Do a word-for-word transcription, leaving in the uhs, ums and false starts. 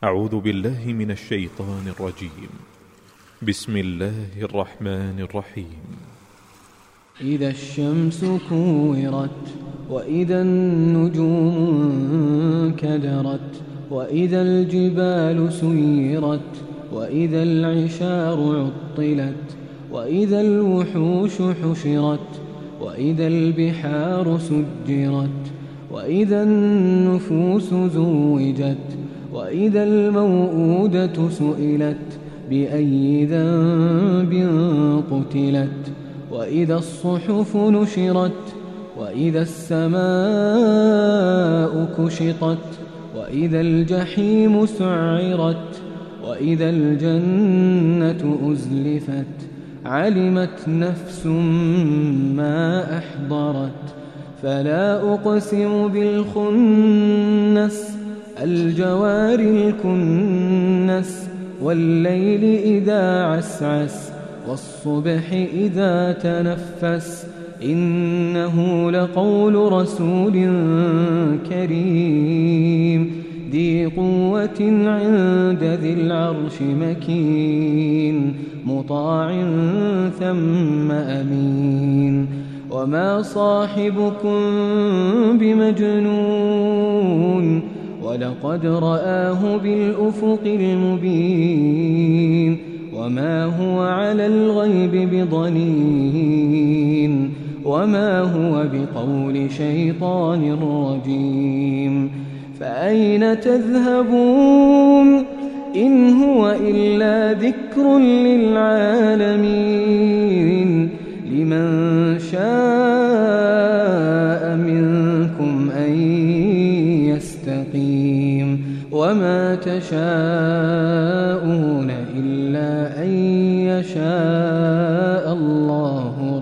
أعوذ بالله من الشيطان الرجيم. بسم الله الرحمن الرحيم. إذا الشمس كورت وإذا النجوم انكدرت وإذا الجبال سيرت وإذا العشار عطلت وإذا الوحوش حشرت وإذا البحار سجرت وإذا النفوس زوجت وإذا الموءودة سئلت بأي ذنب قتلت وإذا الصحف نشرت وإذا السماء كشطت وإذا الجحيم سعرت وإذا الجنة أزلفت علمت نفس ما أحضرت فلا أقسم بالخنس الجوار الكنس والليل إذا عسعس والصبح إذا تنفس إنه لقول رسول كريم ذي قوة عند ذي العرش مكين مطاع ثم أمين وما صاحبكم بمجنون ولقد رآه بالأفق المبين وما هو على الغيب بضنين وما هو بقول شيطان رجيم فأين تذهبون إن هو إلا ذكر للعالمين لمن شاء منكم أن يستقيم وما تشاءون إلا أن يشاء الله